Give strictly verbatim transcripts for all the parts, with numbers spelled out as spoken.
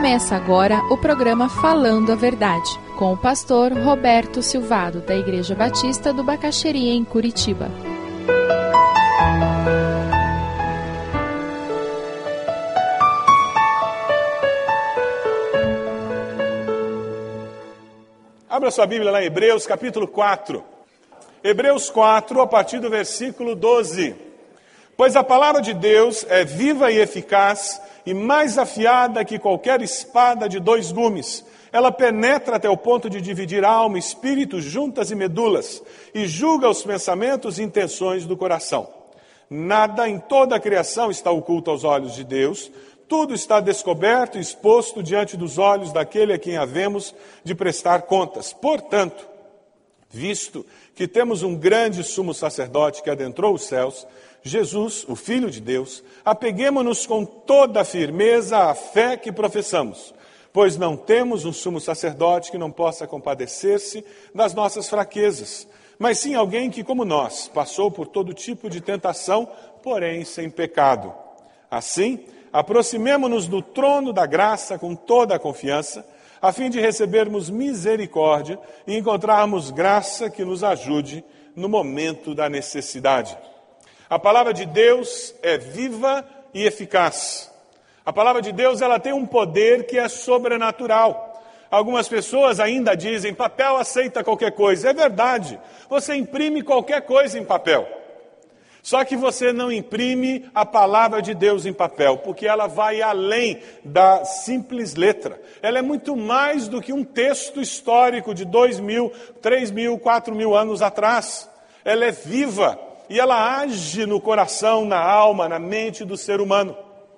Começa agora o programa Falando a Verdade, com o pastor Roberto Silvado, da Igreja Batista do Bacaxeria, em Curitiba. Abra sua Bíblia lá em Hebreus, capítulo quatro. Hebreus quatro, a partir do versículo doze. Pois a palavra de Deus é viva e eficaz e mais afiada que qualquer espada de dois gumes. Ela penetra até o ponto de dividir alma e espírito, juntas e medulas, e julga os pensamentos e intenções do coração. Nada em toda a criação está oculto aos olhos de Deus. Tudo está descoberto e exposto diante dos olhos daquele a quem havemos de prestar contas. Portanto, visto que temos um grande sumo sacerdote que adentrou os céus, Jesus, o Filho de Deus, apeguemo-nos com toda a firmeza à fé que professamos, pois não temos um sumo sacerdote que não possa compadecer-se das nossas fraquezas, mas sim alguém que, como nós, passou por todo tipo de tentação, porém sem pecado. Assim, aproximemo-nos do trono da graça com toda a confiança, a fim de recebermos misericórdia e encontrarmos graça que nos ajude no momento da necessidade. A palavra de Deus é viva e eficaz. A palavra de Deus, ela tem um poder que é sobrenatural. Algumas pessoas ainda dizem, papel aceita qualquer coisa. É verdade, você imprime qualquer coisa em papel. Só que você não imprime a palavra de Deus em papel, porque ela vai além da simples letra. Ela é muito mais do que um texto histórico de dois mil, três mil, quatro mil anos atrás. Ela é viva e ela age no coração, na alma, na mente do ser humano.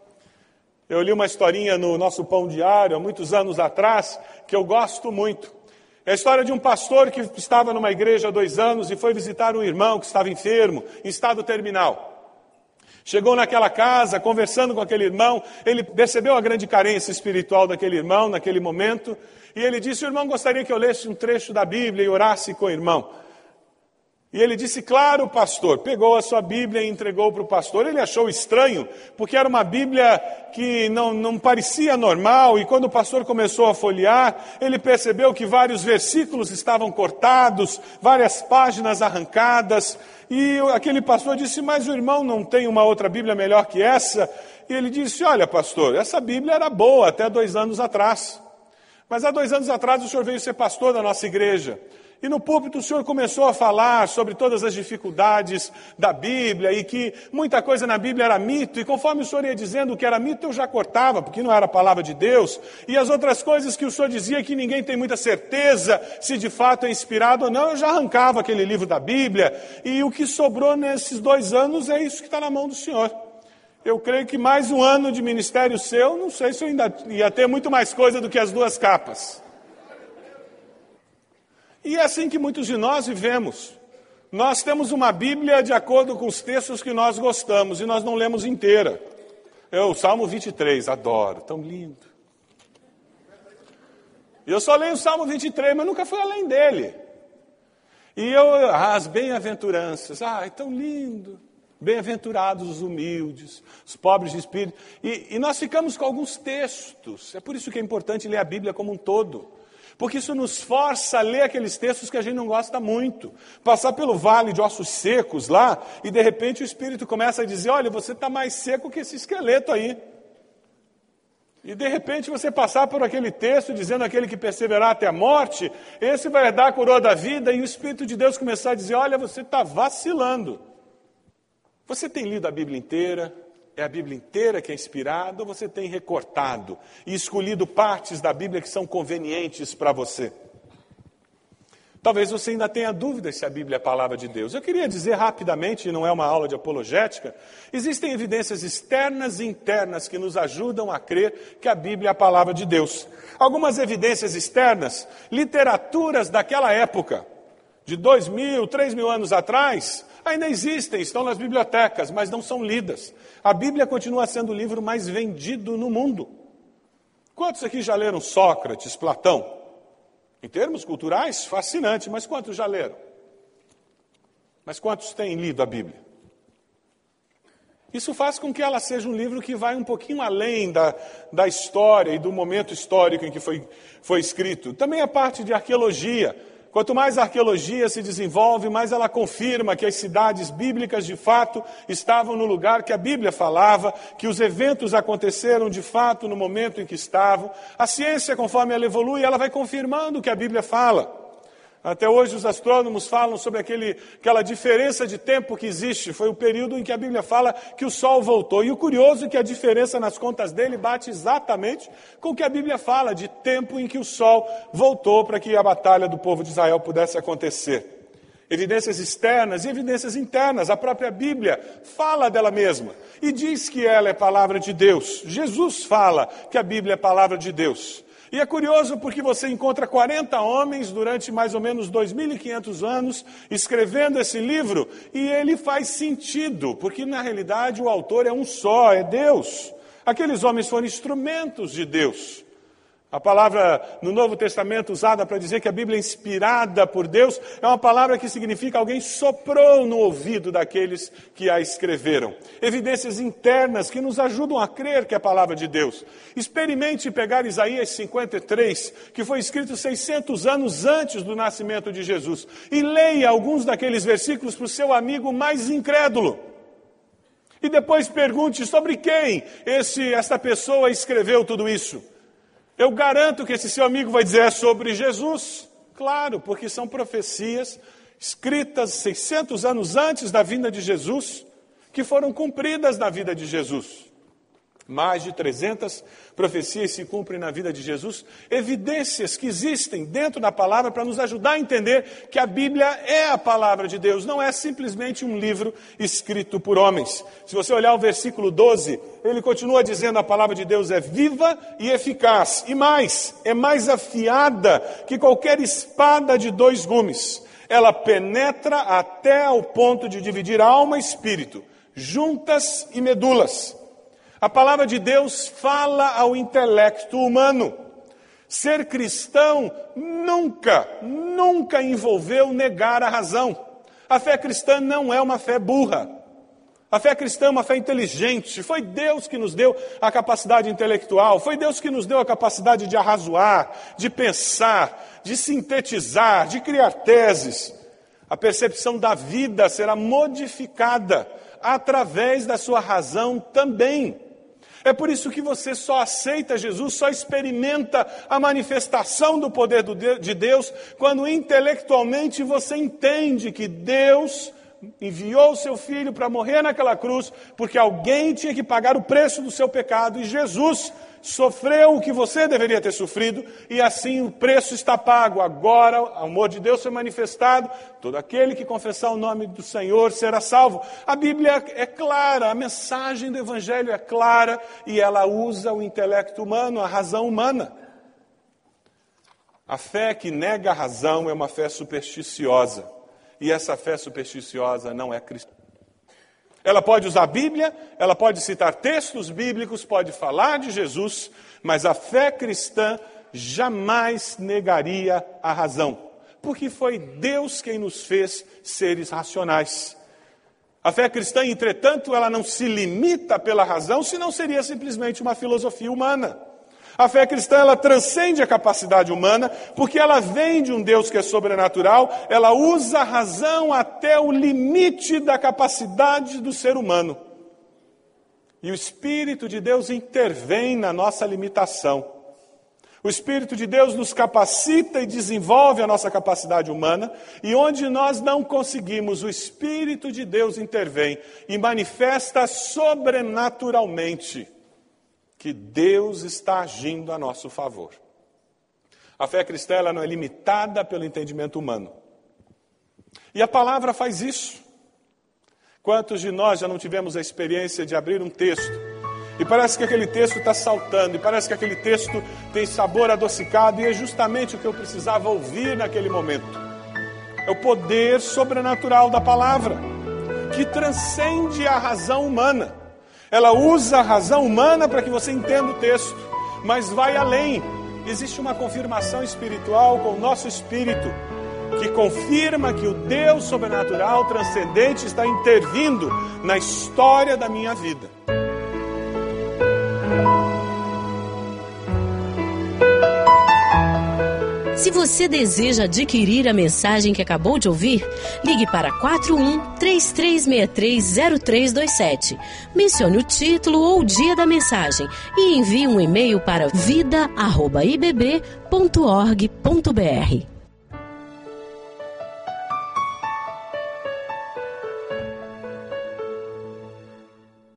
Eu li uma historinha no nosso Pão Diário, há muitos anos atrás, que eu gosto muito. É a história de um pastor que estava numa igreja há dois anos e foi visitar um irmão que estava enfermo, em estado terminal. Chegou naquela casa, conversando com aquele irmão, ele percebeu a grande carência espiritual daquele irmão naquele momento, e ele disse, o irmão gostaria que eu lesse um trecho da Bíblia e orasse com o irmão. E ele disse, claro, pastor. Pegou a sua Bíblia e entregou para o pastor. Ele achou estranho, porque era uma Bíblia que não, não parecia normal. E quando o pastor começou a folhear, ele percebeu que vários versículos estavam cortados, várias páginas arrancadas. E aquele pastor disse, mas o irmão não tem uma outra Bíblia melhor que essa? E ele disse, olha, pastor, essa Bíblia era boa até dois anos atrás. Mas há dois anos atrás o senhor veio ser pastor da nossa igreja. E no púlpito o senhor começou a falar sobre todas as dificuldades da Bíblia e que muita coisa na Bíblia era mito. E conforme o senhor ia dizendo o que era mito, eu já cortava, porque não era a palavra de Deus. E as outras coisas que o senhor dizia que ninguém tem muita certeza se de fato é inspirado ou não, eu já arrancava aquele livro da Bíblia. E o que sobrou nesses dois anos é isso que está na mão do senhor. Eu creio que mais um ano de ministério seu, não sei se eu ainda ia ter muito mais coisa do que as duas capas. E é assim que muitos de nós vivemos. Nós temos uma Bíblia de acordo com os textos que nós gostamos e nós não lemos inteira. Eu, o Salmo vinte e três, adoro, tão lindo. Eu só leio o Salmo vinte e três, mas nunca fui além dele. E eu, ah, as bem-aventuranças, ah, é tão lindo. Bem-aventurados os humildes, os pobres de espírito. E, e nós ficamos com alguns textos. É por isso que é importante ler a Bíblia como um todo. Porque isso nos força a ler aqueles textos que a gente não gosta muito. Passar pelo vale de ossos secos lá, e de repente o Espírito começa a dizer, olha, você está mais seco que esse esqueleto aí. E de repente você passar por aquele texto dizendo aquele que perseverar até a morte, esse vai herdar a coroa da vida, e o Espírito de Deus começar a dizer, olha, você está vacilando. Você tem lido a Bíblia inteira? É a Bíblia inteira que é inspirada, ou você tem recortado e escolhido partes da Bíblia que são convenientes para você? Talvez você ainda tenha dúvidas se a Bíblia é a palavra de Deus. Eu queria dizer rapidamente, e não é uma aula de apologética, existem evidências externas e internas que nos ajudam a crer que a Bíblia é a palavra de Deus. Algumas evidências externas, literaturas daquela época, de dois mil, três mil anos atrás, ainda existem, estão nas bibliotecas, mas não são lidas. A Bíblia continua sendo o livro mais vendido no mundo. Quantos aqui já leram Sócrates, Platão? Em termos culturais, fascinante, mas quantos já leram? Mas quantos têm lido a Bíblia? Isso faz com que ela seja um livro que vai um pouquinho além da, da história e do momento histórico em que foi, foi escrito. Também a parte de arqueologia. Quanto mais a arqueologia se desenvolve, mais ela confirma que as cidades bíblicas de fato estavam no lugar que a Bíblia falava, que os eventos aconteceram de fato no momento em que estavam. A ciência, conforme ela evolui, ela vai confirmando o que a Bíblia fala. Até hoje os astrônomos falam sobre aquele, aquela diferença de tempo que existe. Foi o período em que a Bíblia fala que o Sol voltou. E o curioso é que a diferença nas contas dele bate exatamente com o que a Bíblia fala de tempo em que o Sol voltou para que a batalha do povo de Israel pudesse acontecer. Evidências externas e evidências internas. A própria Bíblia fala dela mesma e diz que ela é palavra de Deus. Jesus fala que a Bíblia é palavra de Deus. E é curioso porque você encontra quarenta homens durante mais ou menos dois mil e quinhentos anos escrevendo esse livro e ele faz sentido, porque na realidade o autor é um só, é Deus. Aqueles homens foram instrumentos de Deus. A palavra no Novo Testamento usada para dizer que a Bíblia é inspirada por Deus é uma palavra que significa alguém soprou no ouvido daqueles que a escreveram. Evidências internas que nos ajudam a crer que é a palavra de Deus. Experimente pegar Isaías cinquenta e três, que foi escrito seiscentos anos antes do nascimento de Jesus, e leia alguns daqueles versículos para o seu amigo mais incrédulo. E depois pergunte sobre quem esse, esta pessoa escreveu tudo isso. Eu garanto que esse seu amigo vai dizer é sobre Jesus. Claro, porque são profecias escritas seiscentos anos antes da vinda de Jesus, que foram cumpridas na vida de Jesus. Mais de trezentas profecias se cumprem na vida de Jesus, evidências que existem dentro da palavra para nos ajudar a entender que a Bíblia é a palavra de Deus, não é simplesmente um livro escrito por homens. Se você olhar o versículo doze, ele continua dizendo a palavra de Deus é viva e eficaz, e mais, é mais afiada que qualquer espada de dois gumes. Ela penetra até ao ponto de dividir alma e espírito, juntas e medulas. A palavra de Deus fala ao intelecto humano. Ser cristão nunca, nunca envolveu negar a razão. A fé cristã não é uma fé burra. A fé cristã é uma fé inteligente. Foi Deus que nos deu a capacidade intelectual. Foi Deus que nos deu a capacidade de arrazoar, de pensar, de sintetizar, de criar teses. A percepção da vida será modificada através da sua razão também. É por isso que você só aceita Jesus, só experimenta a manifestação do poder de Deus, quando intelectualmente você entende que Deus enviou o seu Filho para morrer naquela cruz, porque alguém tinha que pagar o preço do seu pecado, e Jesus sofreu o que você deveria ter sofrido, e assim o preço está pago. Agora o amor de Deus foi manifestado, todo aquele que confessar o nome do Senhor será salvo. A Bíblia é clara, a mensagem do Evangelho é clara, e ela usa o intelecto humano, a razão humana. A fé que nega a razão é uma fé supersticiosa, e essa fé supersticiosa não é cristã. Ela pode usar a Bíblia, ela pode citar textos bíblicos, pode falar de Jesus, mas a fé cristã jamais negaria a razão, porque foi Deus quem nos fez seres racionais. A fé cristã, entretanto, ela não se limita pela razão, senão seria simplesmente uma filosofia humana. A fé cristã, ela transcende a capacidade humana, porque ela vem de um Deus que é sobrenatural, ela usa a razão até o limite da capacidade do ser humano. E o Espírito de Deus intervém na nossa limitação. O Espírito de Deus nos capacita e desenvolve a nossa capacidade humana, e onde nós não conseguimos, o Espírito de Deus intervém e manifesta sobrenaturalmente que Deus está agindo a nosso favor. A fé cristã ela não é limitada pelo entendimento humano. E a palavra faz isso. Quantos de nós já não tivemos a experiência de abrir um texto e parece que aquele texto está saltando, e parece que aquele texto tem sabor adocicado, e é justamente o que eu precisava ouvir naquele momento. É o poder sobrenatural da palavra, que transcende a razão humana. Ela usa a razão humana para que você entenda o texto, mas vai além. Existe uma confirmação espiritual com o nosso espírito, que confirma que o Deus sobrenatural transcendente está intervindo na história da minha vida. Se você deseja adquirir a mensagem que acabou de ouvir, ligue para quatro um, três três seis três, zero três dois sete. Mencione o título ou o dia da mensagem e envie um e-mail para vida arroba i b b ponto org ponto b r.